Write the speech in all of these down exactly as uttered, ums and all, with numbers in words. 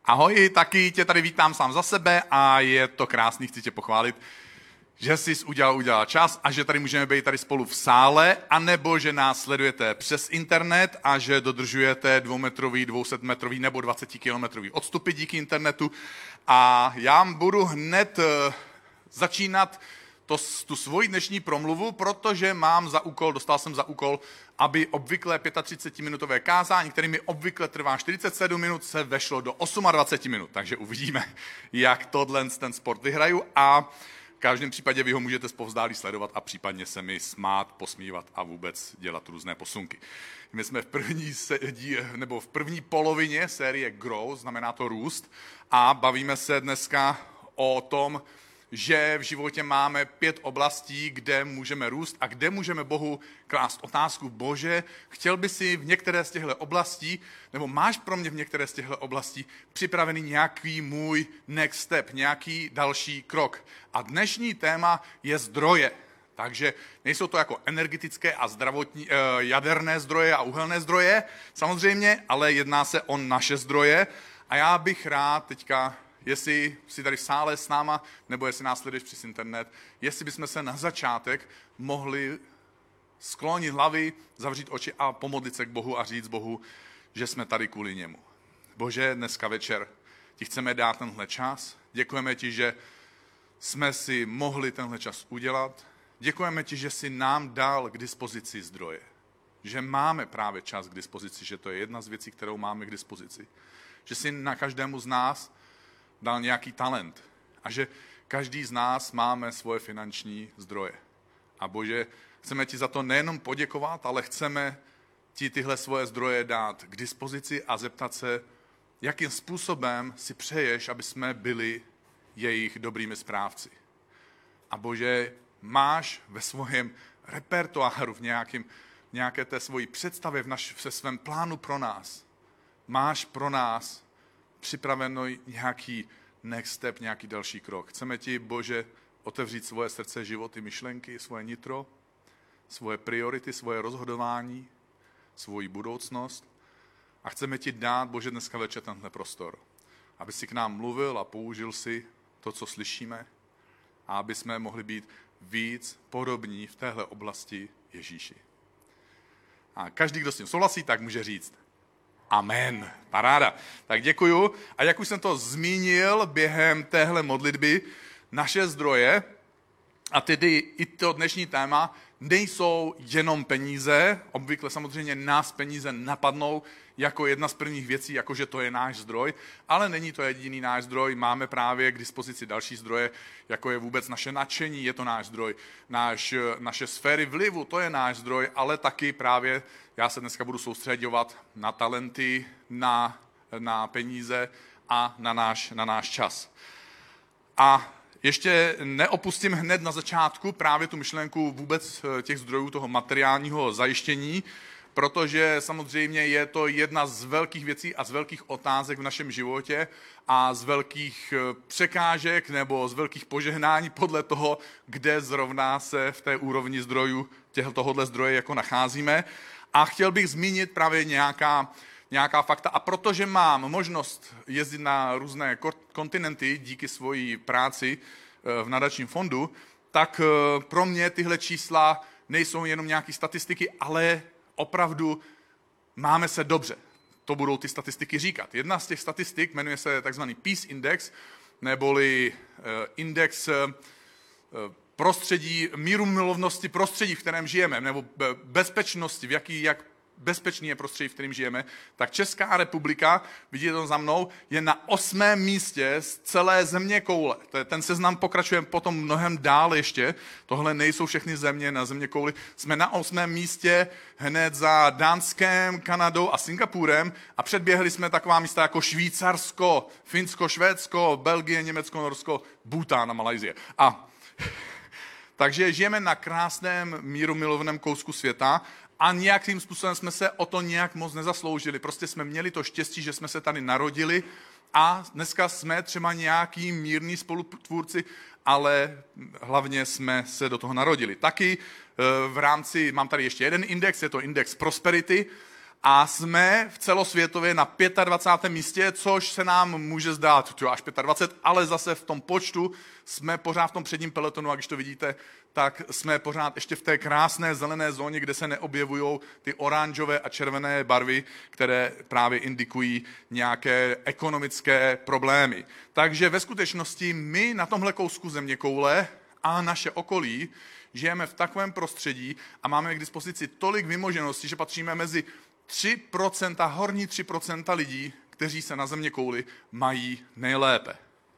Ahoj, taky tě tady vítám sám za sebe a je to krásný, chci tě pochválit, že jsi udělal, udělal čas a že tady můžeme být tady spolu v sále, anebo že nás sledujete přes internet a že dodržujete dvoumetrový, dvousetmetrový nebo dvacetikilometrový odstupy díky internetu. A já budu hned začínat to, tu svoji dnešní promluvu, protože mám za úkol, dostal jsem za úkol, aby obvykle třicetiminutové kázání, které mi obvykle trvá čtyřicet sedm minut, se vešlo do dvacet osm minut. Takže uvidíme, jak tohle ten sport vyhraju a v každém případě vy ho můžete zpovzdálí sledovat a případně se mi smát, posmívat a vůbec dělat různé posunky. My jsme v první, nebo v první polovině série Grow, znamená to růst, a bavíme se dneska o tom, že v životě máme pět oblastí, kde můžeme růst a kde můžeme Bohu klást otázku: Bože, chtěl by si v některé z těchto oblastí, nebo máš pro mě v některé z těchto oblastí připravený nějaký můj next step, nějaký další krok. A dnešní téma je zdroje. Takže nejsou to jako energetické a zdravotní, eh, jaderné zdroje a uhelné zdroje, samozřejmě, ale jedná se o naše zdroje. A já bych rád teďka, jestli jsi tady v sále s náma, nebo jestli nás sleduješ přes internet, jestli bychom se na začátek mohli sklonit hlavy, zavřít oči a pomodlit se k Bohu a říct Bohu, že jsme tady kvůli němu. Bože, dneska večer ti chceme dát tenhle čas. Děkujeme ti, že jsme si mohli tenhle čas udělat. Děkujeme ti, že jsi nám dal k dispozici zdroje. Že máme právě čas k dispozici, že to je jedna z věcí, kterou máme k dispozici. Že jsi na každému z nás dal nějaký talent a že každý z nás máme svoje finanční zdroje. A Bože, chceme ti za to nejenom poděkovat, ale chceme ti tyhle svoje zdroje dát k dispozici a zeptat se, jakým způsobem si přeješ, aby jsme byli jejich dobrými správci. A Bože, máš ve svém repertoáru, v nějakým, nějaké té svojí představě, v naš, ve svém plánu pro nás, máš pro nás připraveno nějaký next step, nějaký další krok. Chceme ti, Bože, otevřít svoje srdce, životy, myšlenky, svoje nitro, svoje priority, svoje rozhodování, svoji budoucnost a chceme ti dát, Bože, dneska večer tenhle prostor, aby si k nám mluvil a použil si to, co slyšíme, a aby jsme mohli být víc podobní v téhle oblasti Ježíši. A každý, kdo s tím souhlasí, tak může říct amen. Paráda. Tak děkuju. A jak už jsem to zmínil během téhle modlitby, naše zdroje, a tedy i to dnešní téma, nejsou jenom peníze. Obvykle samozřejmě nás peníze napadnou jako jedna z prvních věcí, jakože to je náš zdroj, ale není to jediný náš zdroj. Máme právě k dispozici další zdroje, jako je vůbec naše nadšení, je to náš zdroj. Náš, naše sféry vlivu, to je náš zdroj, ale taky právě já se dneska budu soustředovat na talenty, na, na peníze a na náš, na náš čas. A ještě neopustím hned na začátku právě tu myšlenku vůbec těch zdrojů toho materiálního zajištění, protože samozřejmě je to jedna z velkých věcí a z velkých otázek v našem životě a z velkých překážek nebo z velkých požehnání podle toho, kde zrovna se v té úrovni zdrojů tohohle zdroje jako nacházíme. A chtěl bych zmínit právě nějaká, nějaká fakta. A protože mám možnost jezdit na různé kontinenty díky svojí práci v nadačním fondu, tak pro mě tyhle čísla nejsou jenom nějaké statistiky, ale opravdu máme se dobře. To budou ty statistiky říkat. Jedna z těch statistik jmenuje se takzvaný Peace Index, neboli index prostředí, míru milovnosti prostředí, v kterém žijeme, nebo bezpečnosti, v jaký, jak bezpečný je prostředí, v kterém žijeme, tak Česká republika, vidíte to za mnou, je na osmém místě z celé země koule. Ten seznam pokračuje potom mnohem dál ještě. Tohle nejsou všechny země na země kouli. Jsme na osmém místě hned za Dánskem, Kanadou a Singapurem a předběhli jsme taková místa jako Švýcarsko, Finsko, Švédsko, Belgie, Německo, Norsko, Bhútán a Malajsie. A takže žijeme na krásném míru milovném kousku světa a nějakým způsobem jsme se o to nějak moc nezasloužili. Prostě jsme měli to štěstí, že jsme se tady narodili a dneska jsme třeba nějaký mírní spolutvůrci, ale hlavně jsme se do toho narodili. Taky v rámci, mám tady ještě jeden index, je to index Prosperity A jsme v celosvětově na dvacátém pátém místě, což se nám může zdát to až dvacet pět, ale zase v tom počtu jsme pořád v tom předním pelotonu a když to vidíte, tak jsme pořád ještě v té krásné zelené zóně, kde se neobjevují ty oranžové a červené barvy, které právě indikují nějaké ekonomické problémy. Takže ve skutečnosti my na tomhle kousku zeměkoule a naše okolí žijeme v takovém prostředí a máme k dispozici tolik vymožeností, že patříme mezi tři procenta, horní tři procenta lidí, kteří se na zeměkouli mají nejlépe.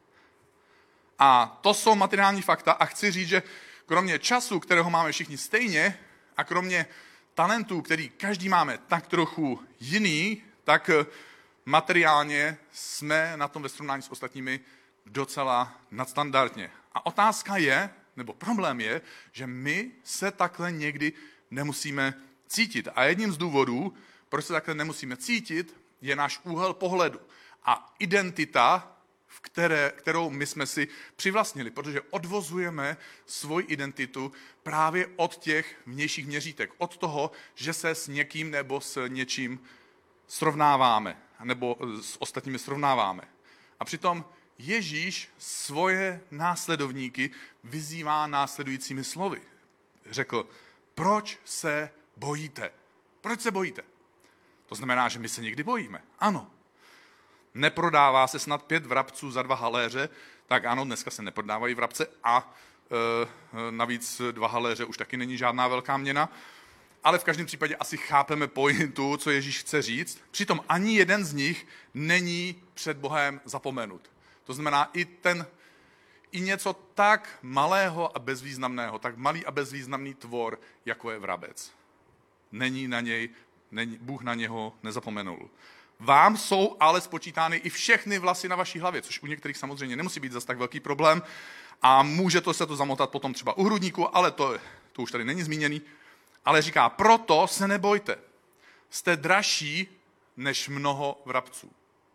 A to jsou materiální fakta a chci říct, že kromě času, kterého máme všichni stejně a kromě talentů, který každý máme tak trochu jiný, tak materiálně jsme na tom ve srovnání s ostatními docela nadstandardně. A otázka je, nebo problém je, že my se takhle někdy nemusíme cítit. A jedním z důvodů, proč se takhle nemusíme cítit, je náš úhel pohledu a identita, v které, kterou my jsme si přivlastnili, protože odvozujeme svoji identitu právě od těch vnějších měřítek, od toho, že se s někým nebo s něčím srovnáváme, nebo s ostatními srovnáváme. A přitom Ježíš svoje následovníky vyzývá následujícími slovy. Řekl, proč se bojíte? Proč se bojíte? To znamená, že my se někdy bojíme. Ano. Neprodává se snad pět vrabců za dva haléře, tak ano, dneska se neprodávají vrabce a e, navíc dva haléře už taky není žádná velká měna. Ale v každém případě asi chápeme pointu, co Ježíš chce říct. Přitom ani jeden z nich není před Bohem zapomenut. To znamená, i ten, i něco tak malého a bezvýznamného, tak malý a bezvýznamný tvor, jako je vrabec. Není na něj, není, Bůh na něho nezapomenul. Vám jsou ale spočítány i všechny vlasy na vaší hlavě, což u některých samozřejmě nemusí být zas tak velký problém a může to se to zamotat potom třeba u hrudníku, ale to, to už tady není zmíněný. Ale říká, proto se nebojte. Jste dražší než mnoho vrabců.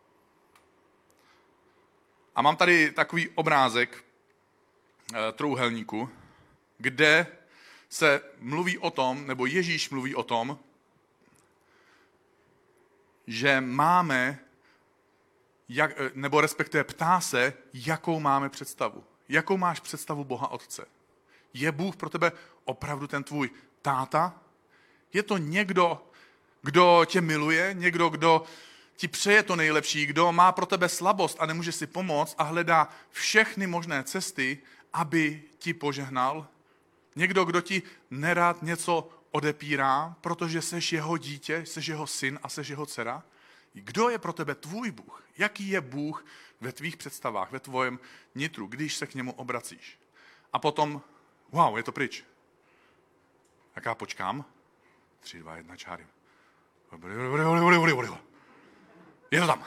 A mám tady takový obrázek e, trouhelníku, kde se mluví o tom, nebo Ježíš mluví o tom, že máme, jak, nebo respektive ptá se, jakou máme představu. Jakou máš představu Boha Otce? Je Bůh pro tebe opravdu ten tvůj táta? Je to někdo, kdo tě miluje, někdo, kdo ti přeje to nejlepší, kdo má pro tebe slabost a nemůže si pomoct a hledá všechny možné cesty, aby ti požehnal? Někdo, kdo ti nerad něco odepírá, protože seš jeho dítě, seš jeho syn a seš jeho dcera? Kdo je pro tebe tvůj Bůh? Jaký je Bůh ve tvých představách, ve tvojem nitru, když se k němu obracíš? A potom, wow, je to pryč. Tak já počkám. Tři, dva, jedna, čárím. Je to tam.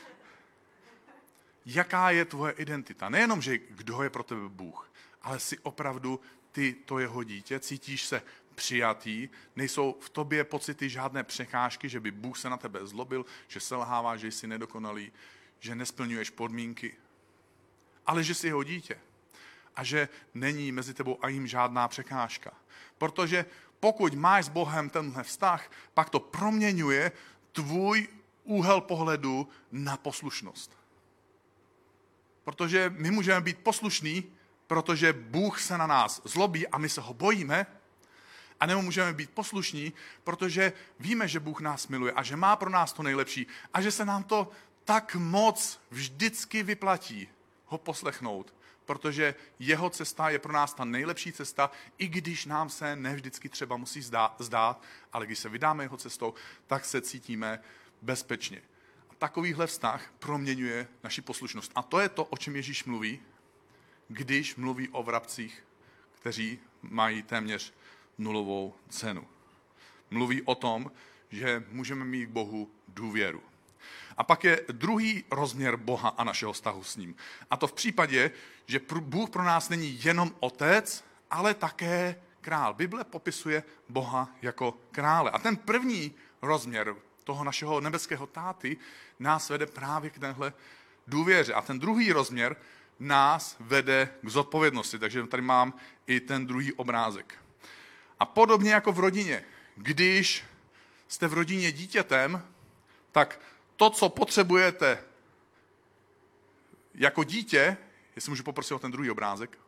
Jaká je tvoje identita? Nejenom, že kdo je pro tebe Bůh, ale jsi opravdu ty to jeho dítě, cítíš se přijatý, nejsou v tobě pocity žádné překážky, že by Bůh se na tebe zlobil, že selháváš, že jsi nedokonalý, že nesplňuješ podmínky, ale že jsi jeho dítě a že není mezi tebou a jim žádná překážka. Protože pokud máš s Bohem tenhle vztah, pak to proměňuje tvůj úhel pohledu na poslušnost. Protože my můžeme být poslušní, protože Bůh se na nás zlobí a my se ho bojíme, a nebo můžeme být poslušní, protože víme, že Bůh nás miluje a že má pro nás to nejlepší a že se nám to tak moc vždycky vyplatí ho poslechnout, protože jeho cesta je pro nás ta nejlepší cesta, i když nám se nevždycky třeba musí zdát, ale když se vydáme jeho cestou, tak se cítíme bezpečně. A takovýhle vztah proměňuje naši poslušnost. A to je to, o čem Ježíš mluví, když mluví o vrabcích, kteří mají téměř nulovou cenu. Mluví o tom, že můžeme mít k Bohu důvěru. A pak je druhý rozměr Boha a našeho vztahu s ním. A to v případě, že Bůh pro nás není jenom otec, ale také král. Bible popisuje Boha jako krále. A ten první rozměr toho našeho nebeského táty nás vede právě k téhle důvěře. A ten druhý rozměr nás vede k zodpovědnosti. Takže tady mám i ten druhý obrázek. A podobně jako v rodině, když jste v rodině dítětem, tak to, co potřebujete jako dítě, jestli můžu poprosit o ten druhý obrázek.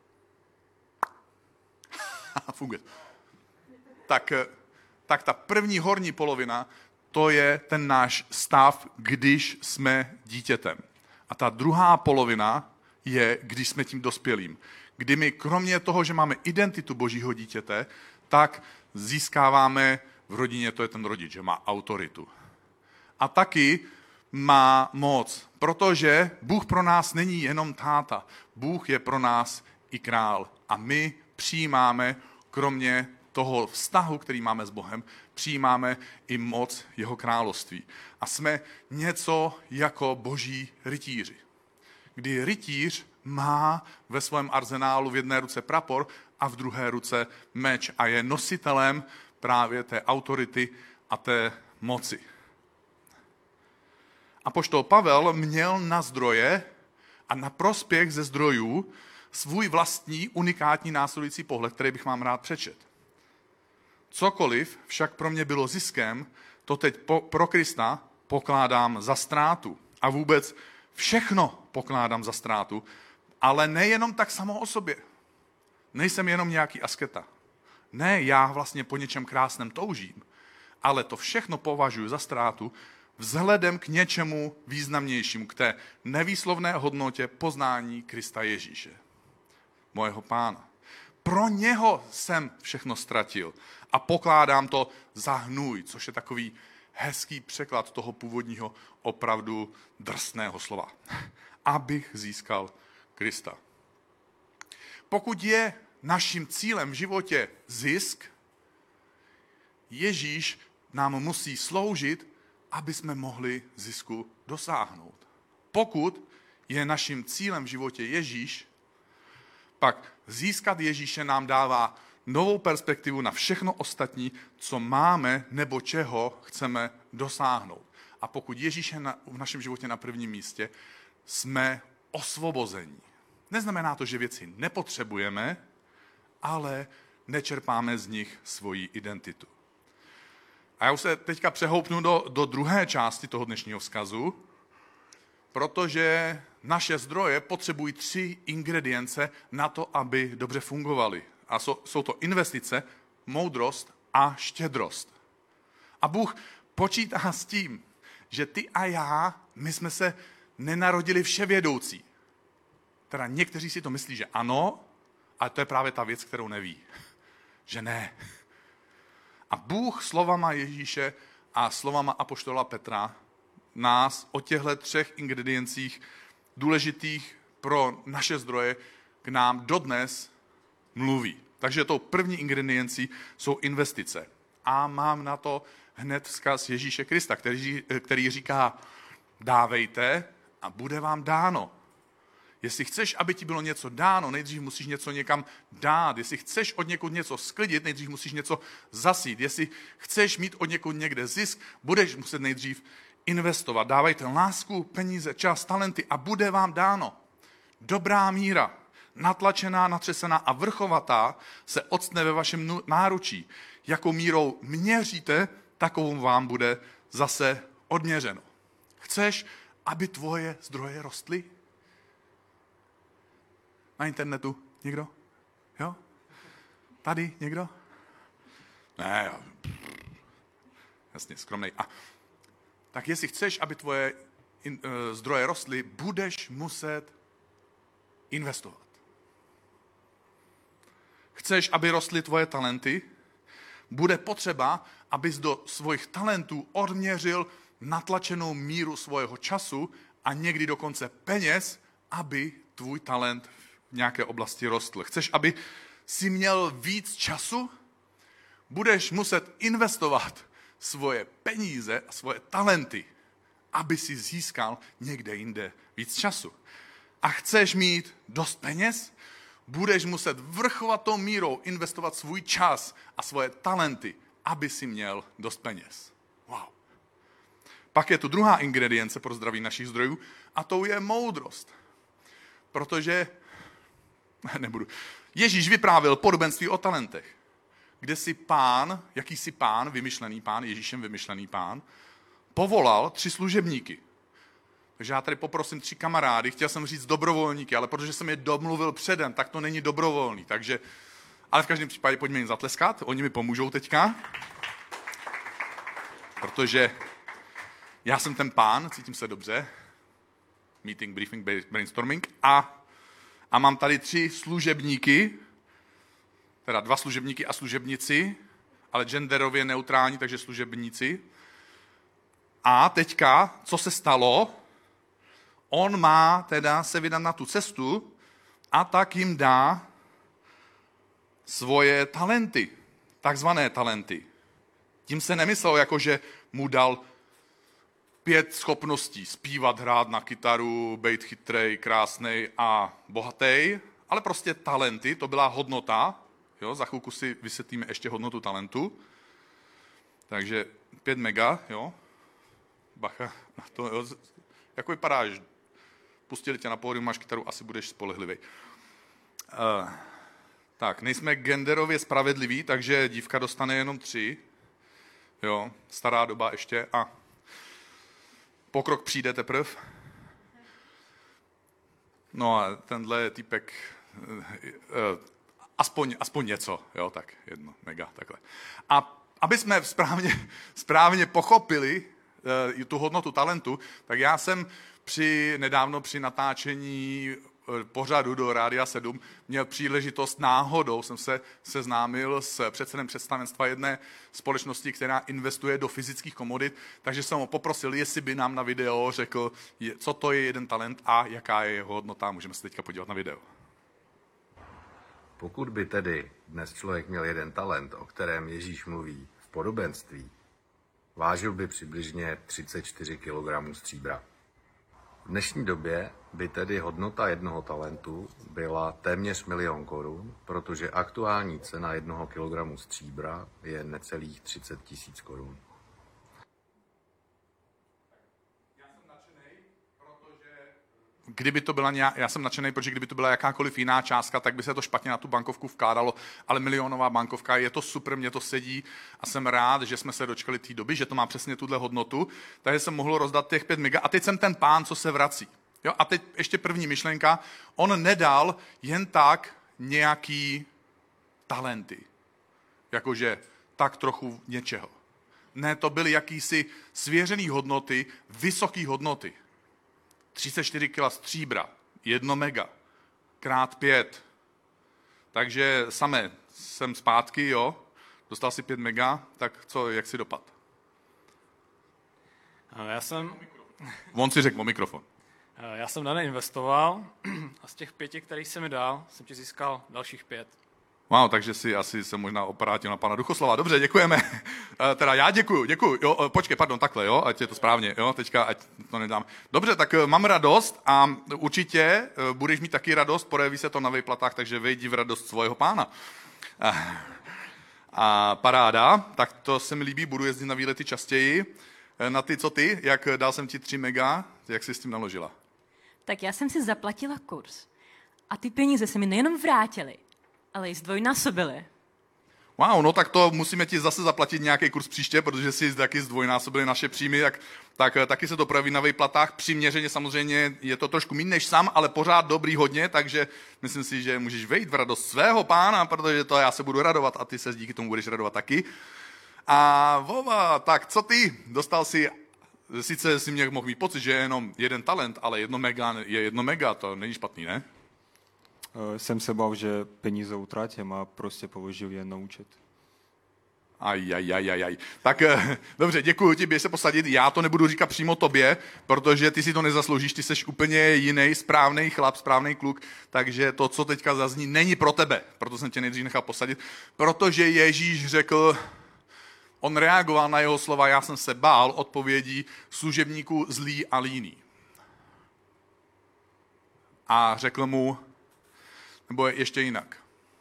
Funguje. Tak, tak ta první horní polovina, to je ten náš stav, když jsme dítětem. A ta druhá polovina je, když jsme tím dospělým. Kdy my kromě toho, že máme identitu božího dítěte, tak získáváme v rodině, to je ten rodič, že má autoritu. A taky má moc, protože Bůh pro nás není jenom táta. Bůh je pro nás i král. A my přijímáme, kromě toho vztahu, který máme s Bohem, přijímáme i moc jeho království. A jsme něco jako boží rytíři. Kdy rytíř má ve svém arzenálu v jedné ruce prapor a v druhé ruce meč a je nositelem právě té autority a té moci. Apoštol Pavel měl na zdroje a na prospěch ze zdrojů svůj vlastní unikátní následující pohled, který bych vám rád přečet. Cokoliv však pro mě bylo ziskem, to teď po, pro Krista pokládám za ztrátu. A vůbec všechno pokládám za ztrátu, ale nejenom tak samo o sobě. Nejsem jenom nějaký asketa. Ne, já vlastně po něčem krásném toužím, ale to všechno považuji za ztrátu vzhledem k něčemu významnějšímu, k té nevýslovné hodnotě poznání Krista Ježíše, mojeho pána. Pro něho jsem všechno ztratil a pokládám to za hnůj, což je takový hezký překlad toho původního opravdu drsného slova. Abych získal Krista. Pokud je naším cílem v životě zisk, Ježíš nám musí sloužit, aby jsme mohli zisku dosáhnout. Pokud je naším cílem v životě Ježíš, pak získat Ježíše nám dává novou perspektivu na všechno ostatní, co máme nebo čeho chceme dosáhnout. A pokud Ježíš je na, v našem životě na prvním místě, jsme osvobození. Neznamená to, že věci nepotřebujeme, ale nečerpáme z nich svoji identitu. A já už se teďka přehoupnu do, do druhé části toho dnešního vzkazu, protože naše zdroje potřebují tři ingredience na to, aby dobře fungovaly. A jsou, jsou to investice, moudrost a štědrost. A Bůh počítá s tím, že ty a já, my jsme se nenarodili vševědoucí. Teda někteří si to myslí, že ano, ale to je právě ta věc, kterou neví. Že ne. A Bůh slovama Ježíše a slovama apoštola Petra nás o těchto třech ingrediencích důležitých pro naše zdroje k nám dodnes mluví. Takže tou první ingrediencí jsou investice. A mám na to hned vzkaz Ježíše Krista, který, který říká, dávejte a bude vám dáno. Jestli chceš, aby ti bylo něco dáno, nejdřív musíš něco někam dát. Jestli chceš od někud něco sklidit, nejdřív musíš něco zasít. Jestli chceš mít od někud někde zisk, budeš muset nejdřív investovat. Dávejte lásku, peníze, čas, talenty a bude vám dáno. Dobrá míra, natlačená, natřesená a vrchovatá se octne ve vašem náručí. Jakou mírou měříte, takovou vám bude zase odměřeno. Chceš, aby tvoje zdroje rostly? Na internetu někdo? Jo? Tady někdo? Ne, jasně, skromnej. A tak jestli chceš, aby tvoje in, uh, zdroje rostly, budeš muset investovat. Chceš, aby rostly tvoje talenty, bude potřeba, abys do svých talentů odměřil natlačenou míru svého času a někdy dokonce peněz, aby tvůj talent v nějaké oblasti rostl. Chceš, aby si měl víc času? Budeš muset investovat svoje peníze a svoje talenty, aby si získal někde jinde víc času. A chceš mít dost peněz? Budeš muset vrchovatou mírou investovat svůj čas a svoje talenty, aby si měl dost peněz. Wow. Pak je tu druhá ingredience pro zdraví našich zdrojů a to je moudrost. Protože, nebudu, Ježíš vyprávěl podobenství o talentech. kde si pán, jakýsi pán, vymyšlený pán, Ježíšem vymyšlený pán, povolal tři služebníky. Takže já tady poprosím tři kamarády, chtěl jsem říct dobrovolníky, ale protože jsem je domluvil předem, tak to není dobrovolný. Takže, ale v každém případě pojďme jim zatleskat, oni mi pomůžou teďka. Protože já jsem ten pán, cítím se dobře, meeting, briefing, brainstorming, a, a mám tady tři služebníky, teda dva služebníky a služebnici, ale genderově neutrální, takže služebníci. A teďka, co se stalo? On má teda se vydat na tu cestu a tak jim dá svoje talenty, takzvané talenty. Tím se nemyslel, jako že mu dal pět schopností zpívat, hrát na kytaru, být chytrej, krásnej a bohatý, ale prostě talenty, to byla hodnota. Jo, za chvilku si vysvětlíme ještě hodnotu talentu. Takže pět mega, jo. Bacha na to, jo. Jak vypadáš? Pustili tě na pódium, máš kytaru, asi budeš spolehlivý. Uh, tak, nejsme genderově spravedliví, takže dívka dostane jenom tři. Jo, stará doba ještě a pokrok přijde teprv. No a tenhle týpek, uh, aspoň, aspoň něco, jo, tak jedno, mega, takhle. A aby jsme správně, správně pochopili uh, tu hodnotu talentu, tak já jsem při, nedávno při natáčení pořadu do Rádia sedm měl příležitost, náhodou jsem se seznámil s předsedem představenstva jedné společnosti, která investuje do fyzických komodit, takže jsem ho poprosil, jestli by nám na video řekl, co to je jeden talent a jaká je jeho hodnota. Můžeme se teďka podívat na video. Pokud by tedy dnes člověk měl jeden talent, o kterém Ježíš mluví v podobenství, vážil by přibližně třicet čtyři kilogramů stříbra. V dnešní době by tedy hodnota jednoho talentu byla téměř milion korun, protože aktuální cena jednoho kilogramu stříbra je necelých třicet tisíc korun. Kdyby to byla nějak, já jsem nadšený, protože kdyby to byla jakákoliv jiná částka, tak by se to špatně na tu bankovku vkládalo, ale milionová bankovka, je to super, mě to sedí a jsem rád, že jsme se dočkali té doby, že to má přesně tuhle hodnotu, takže jsem mohl rozdat těch pět mega a teď jsem ten pán, co se vrací. Jo, a teď ještě první myšlenka, on nedal jen tak nějaký talenty, jakože tak trochu něčeho. Ne, to byly jakýsi svěřený hodnoty, vysoký hodnoty. třicet čtyři kila stříbra, jedno mega, krát pět. Takže samé, jsem zpátky, jo, dostal si pět mega, tak co, jak si dopad? Já jsem... On si řekl o mikrofon. Já jsem na neinvestoval a z těch pěti, kterých jsem mi dal, jsem ti získal dalších pět. Wow, takže si asi se možná oprátil na pana Duchoslava. Dobře, děkujeme. Teda já děkuju, děkuju. Jo, počkej, pardon, takhle, jo, ať je to správně, jo, teďka, ať to nedám. Dobře, tak mám radost a určitě budeš mít taky radost, projeví se to na výplatách, takže vejdi v radost svého pána. A paráda, tak to se mi líbí, budu jezdit na výlety častěji. Na ty, co ty, jak dal jsem ti tři mega, jak jsi s tím naložila? Tak já jsem si zaplatila kurz a ty peníze se mi nejenom vrátily, ale i zdvojnásobily. Wow, no tak to musíme ti zase zaplatit nějaký kurz příště, protože si taky zdvojnásobili naše příjmy, tak, tak taky se to projeví na výplatách. Přiměřeně samozřejmě je to trošku méně než sám, ale pořád dobrý hodně, takže myslím si, že můžeš vejít v radost svého pána, protože to já se budu radovat a ty se díky tomu budeš radovat taky. A Vova, tak co ty? Dostal si, sice si mě mohl mít pocit, že je jenom jeden talent, ale jedno mega je jedno mega, to není špatný, ne? Jsem se bál, že peníze utratím a prostě položil je na účet. Aj, aj, aj, aj, aj. Tak dobře, děkuji ti, běž se posadit. Já to nebudu říkat přímo tobě, protože ty si to nezasloužíš, ty jsi úplně jiný, správný chlap, správný kluk, takže to, co teďka zazní, není pro tebe. Proto jsem tě nejdřív nechal posadit, protože Ježíš řekl, on reagoval na jeho slova, já jsem se bál odpovědí služebníků zlý a líný. A řekl mu, nebo ještě jinak.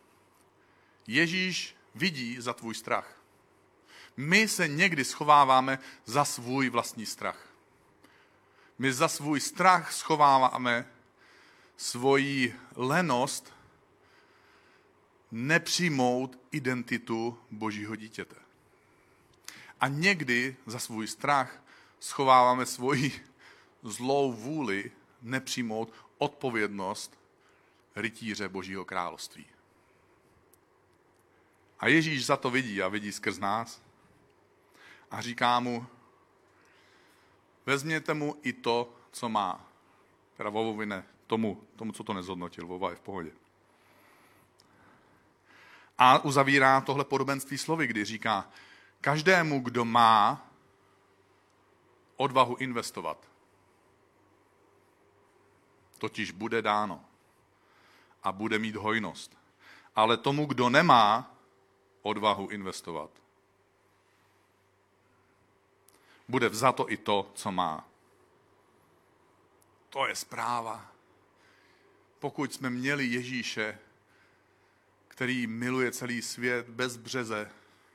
Ježíš vidí za tvůj strach. My se někdy schováváme za svůj vlastní strach. My za svůj strach schováváme svoji lenost, nepřijmout identitu Božího dítěte. A někdy za svůj strach schováváme svoji zlou vůli nepřijmout odpovědnost rytíře Božího království. A Ježíš za to vidí a vidí skrz nás a říká mu, vezměte mu i to, co má. Teda Vovovi ne, tomu, tomu, co to nezhodnotil, Vova je v pohodě. A uzavírá tohle podobenství slovy, kdy říká, každému, kdo má odvahu investovat, totiž bude dáno a bude mít hojnost. Ale tomu, kdo nemá odvahu investovat, bude vzato i to, co má. To je zpráva. Pokud jsme měli Ježíše, který miluje celý svět bez březe,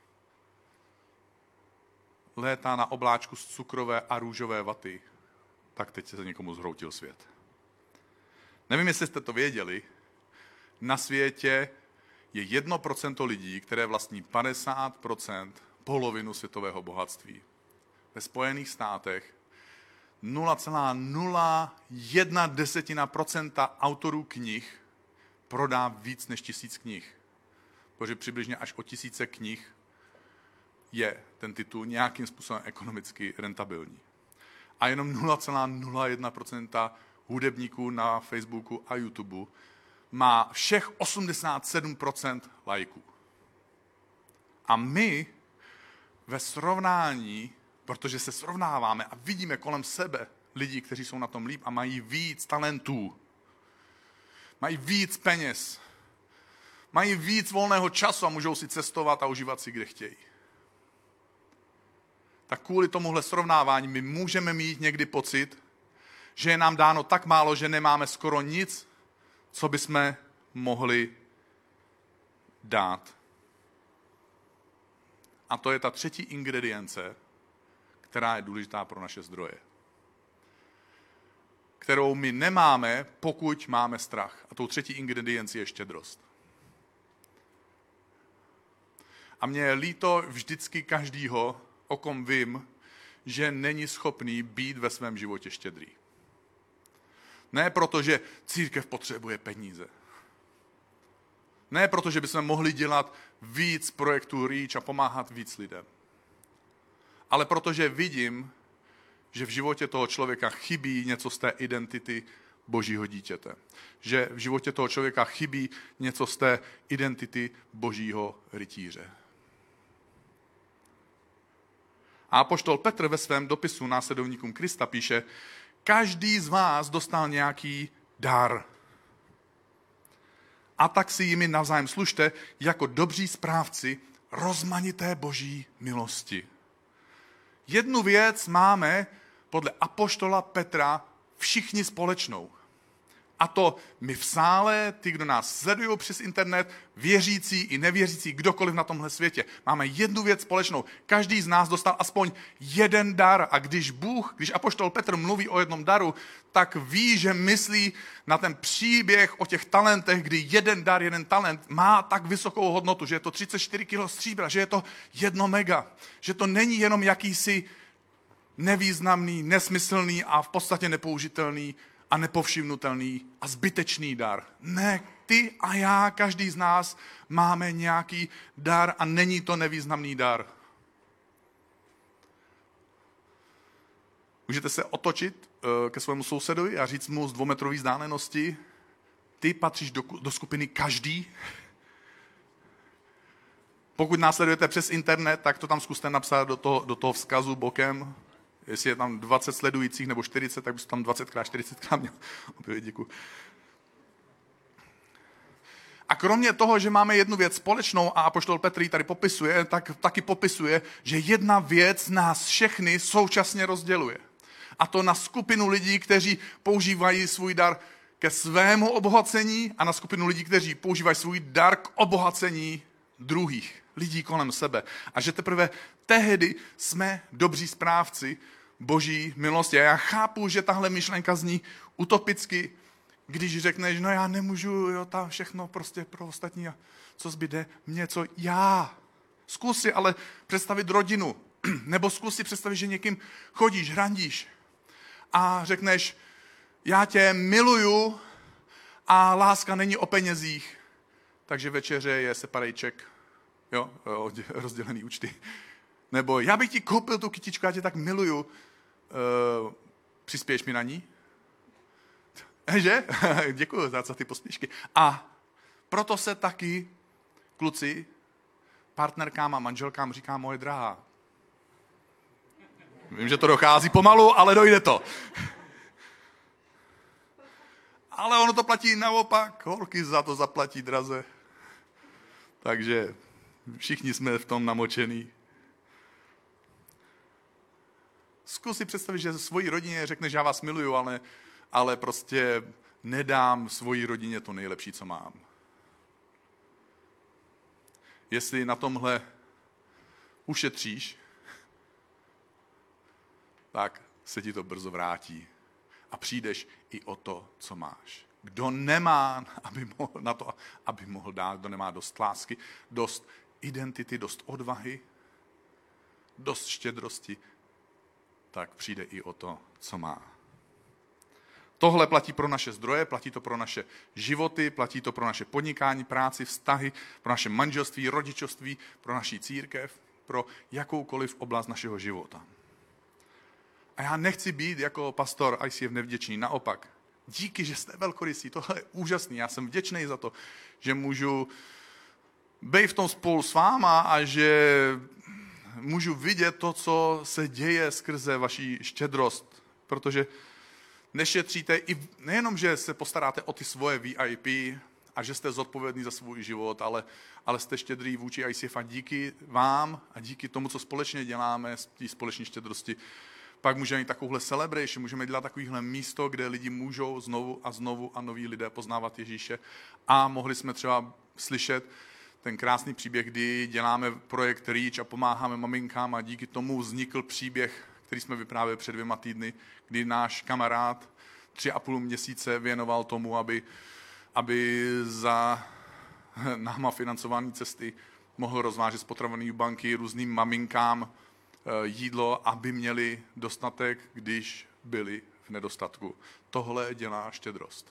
létá na obláčku z cukrové a růžové vaty, tak teď se někomu zhroutil svět. Nevím, jestli jste to věděli, na světě je jedno procento lidí, které vlastní padesát procent polovinu světového bohatství. Ve Spojených státech nula celá nula jedna desetina procenta autorů knih prodá víc než tisíc knih. Protože přibližně až o tisíce knih je ten titul nějakým způsobem ekonomicky rentabilní. A jenom nula celá nula jedna procenta hudebníků na Facebooku a YouTube má všech osmdesát sedm procent lajků. A my ve srovnání, protože se srovnáváme a vidíme kolem sebe lidi, kteří jsou na tom líp a mají víc talentů, mají víc peněz, mají víc volného času a můžou si cestovat a užívat si, kde chtějí. Tak kvůli tomuhle srovnávání my můžeme mít někdy pocit, že je nám dáno tak málo, že nemáme skoro nic, co bychom mohli dát. A to je ta třetí ingredience, která je důležitá pro naše zdroje. Kterou my nemáme, pokud máme strach. A tou třetí ingrediencí je štědrost. A mně je líto vždycky každýho, o kom vím, že není schopný být ve svém životě štědrý. Ne proto, že církev potřebuje peníze. Ne proto, že bychom mohli dělat víc projektů Reach a pomáhat víc lidem. Ale protože vidím, že v životě toho člověka chybí něco z té identity Božího dítěte. Že v životě toho člověka chybí něco z té identity Božího rytíře. A apoštol Petr ve svém dopisu následovníkům Krista píše, každý z vás dostal nějaký dar. A tak si jimi navzájem služte jako dobří správci rozmanité Boží milosti. Jednu věc máme podle apoštola Petra všichni společnou. A to my v sále, ty, kdo nás sledují přes internet, věřící i nevěřící, kdokoliv na tomhle světě. Máme jednu věc společnou. Každý z nás dostal aspoň jeden dar. A když Bůh, když apoštol Petr mluví o jednom daru, tak ví, že myslí na ten příběh o těch talentech, kdy jeden dar, jeden talent má tak vysokou hodnotu, že je to třicet čtyři kilo stříbra, že je to jedno mega. Že to není jenom jakýsi nevýznamný, nesmyslný a v podstatě nepoužitelný a nepovšimnutelný a zbytečný dar. Ne, ty a já, každý z nás máme nějaký dar a není to nevýznamný dar. Můžete se otočit uh, ke svému sousedovi a říct mu z dvoumetrové vzdálenosti, ty patříš do, do skupiny každý. Pokud následujete přes internet, tak to tam zkuste napsat do toho, do toho vzkazu bokem. Jestli je tam dvacet sledujících nebo čtyřicet, tak bys tam dvacet krát čtyřicet krát měl. Děkuji. A kromě toho, že máme jednu věc společnou a apoštol Petr ji tady popisuje, tak taky popisuje, že jedna věc nás všechny současně rozděluje. A to na skupinu lidí, kteří používají svůj dar ke svému obohacení a na skupinu lidí, kteří používají svůj dar k obohacení druhých lidí kolem sebe. A že teprve tehdy jsme dobří správci Boží milosti. A já chápu, že tahle myšlenka zní utopicky, Když řekneš, no já nemůžu, jo, tam všechno prostě pro ostatní, a co zbyde, mě, co já. Zkus si ale představit rodinu, nebo zkus si představit, že někým chodíš, hrandíš a řekneš, já tě miluju a láska není o penězích, takže večeře je separejček, jo, rozdělený účty. Nebo já bych ti koupil tu kytičku, já tě tak miluju, uh, přispěješ mi na ní? Že? Děkuji za, za ty pospíšky. A proto se taky kluci partnerkám a manželkám říká moje drahá. Vím, že to dochází pomalu, ale dojde to. Ale ono to platí naopak, holky za to zaplatí draze. Takže všichni jsme v tom namočený. Zkus si představit, že svojí rodině řekneš, já vás miluju, ale, ale prostě nedám svojí rodině to nejlepší, co mám. Jestli na tomhle ušetříš, tak se ti to brzo vrátí. A přijdeš i o to, co máš. Kdo nemá aby mohl, na to, aby mohl dát, kdo nemá dost lásky, dost identity, dost odvahy, dost štědrosti, tak přijde i o to, co má. Tohle platí pro naše zdroje, platí to pro naše životy, platí to pro naše podnikání, práci, vztahy, pro naše manželství, rodičovství, pro naši církev, pro jakoukoliv oblast našeho života. A já nechci být jako pastor I C F nevděčný, naopak. Díky, že jste velkorysí, tohle je úžasný. Já jsem vděčný za to, že můžu být v tom spolu s váma a že můžu vidět to, co se děje skrze vaši štědrost. Protože nešetříte, i nejenom, že se postaráte o ty svoje V I P a že jste zodpovědní za svůj život, ale, ale jste štědrý vůči I C F a díky vám a díky tomu, co společně děláme z té společné štědrosti, pak můžeme mít takovouhle celebration, můžeme dělat takovýhle místo, kde lidi můžou znovu a znovu a noví lidé poznávat Ježíše. A mohli jsme třeba slyšet ten krásný příběh, kdy děláme projekt Reach a pomáháme maminkám a díky tomu vznikl příběh, který jsme vyprávěli před dvěma týdny, kdy náš kamarád tři a půl měsíce věnoval tomu, aby, aby za náma financované cesty mohl rozvážet z potravinové banky různým maminkám jídlo, aby měli dostatek, když byli v nedostatku. Tohle dělá štědrost.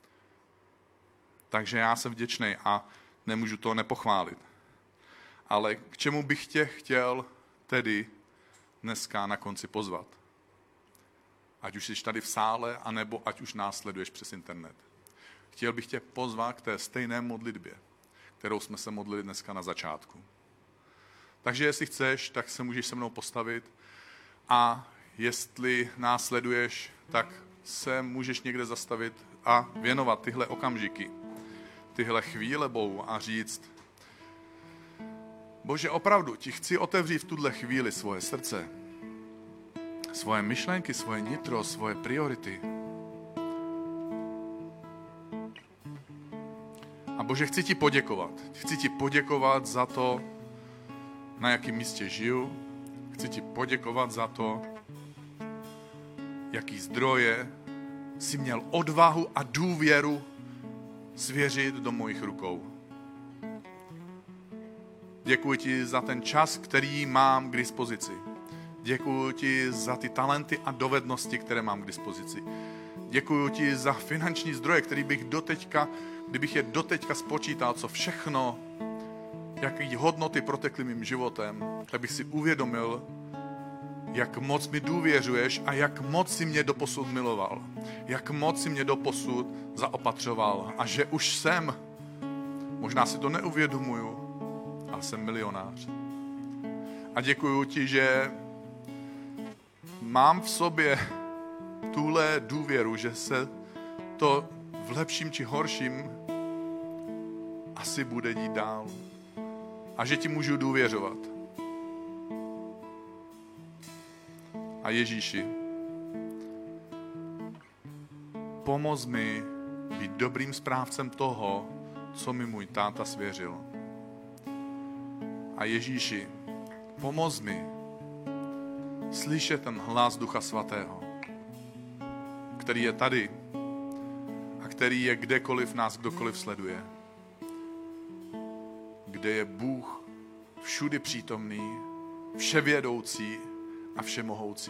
Takže já jsem vděčný a nemůžu to nepochválit. Ale k čemu bych tě chtěl tedy dneska na konci pozvat? Ať už jsi tady v sále, anebo ať už nás sleduješ přes internet. Chtěl bych tě pozvat k té stejné modlitbě, kterou jsme se modlili dneska na začátku. Takže jestli chceš, tak se můžeš se mnou postavit a jestli nás sleduješ, tak se můžeš někde zastavit a věnovat tyhle okamžiky, tyhle chvíle Bohu a říct, Bože, opravdu ti chci otevřít v tuhle chvíli svoje srdce, svoje myšlenky, svoje nitro, svoje priority. A Bože, chci ti poděkovat. Chci ti poděkovat za to, na jakém místě žiju. Chci ti poděkovat za to, jaký zdroje jsi měl odvahu a důvěru svěřit do mojich rukou. Děkuji ti za ten čas, který mám k dispozici. Děkuji ti za ty talenty a dovednosti, které mám k dispozici. Děkuji ti za finanční zdroje, který bych doteďka, kdybych je doteďka spočítal, co všechno, jaký hodnoty protekly mým životem, tak bych si uvědomil, jak moc mi důvěřuješ a jak moc si mě doposud miloval. Jak moc si mě doposud zaopatřoval. A že už jsem, možná si to neuvědomuju, ale jsem milionář. A děkuju ti, že mám v sobě tuhle důvěru, že se to v lepším či horším asi bude dít dál. A že ti můžu důvěřovat. A Ježíši, pomoz mi být dobrým správcem toho, co mi můj táta svěřil. A Ježíši, pomoz mi slyšet ten hlas Ducha Svatého, který je tady a který je kdekoliv nás kdokoliv sleduje. Kde je Bůh všudy přítomný, vševědoucí a všemohoucí.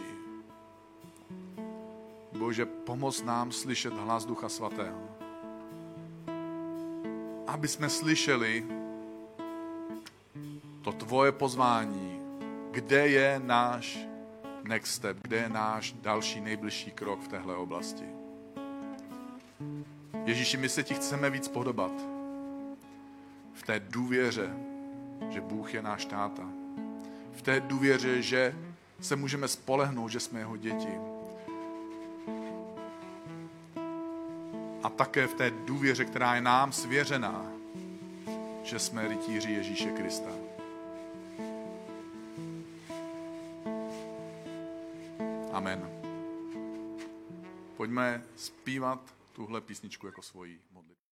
Bože, pomoz nám slyšet hlas Ducha Svatého. Aby jsme slyšeli to tvoje pozvání, kde je náš next step, kde je náš další nejbližší krok v téhle oblasti. Ježíši, my se ti chceme víc podobat v té důvěře, že Bůh je náš táta. V té důvěře, že se můžeme spolehnout, že jsme jeho děti. A také v té důvěře, která je nám svěřená, že jsme rytíři Ježíše Krista. Amen. Pojďme zpívat tuhle písničku jako svoji modlitbu.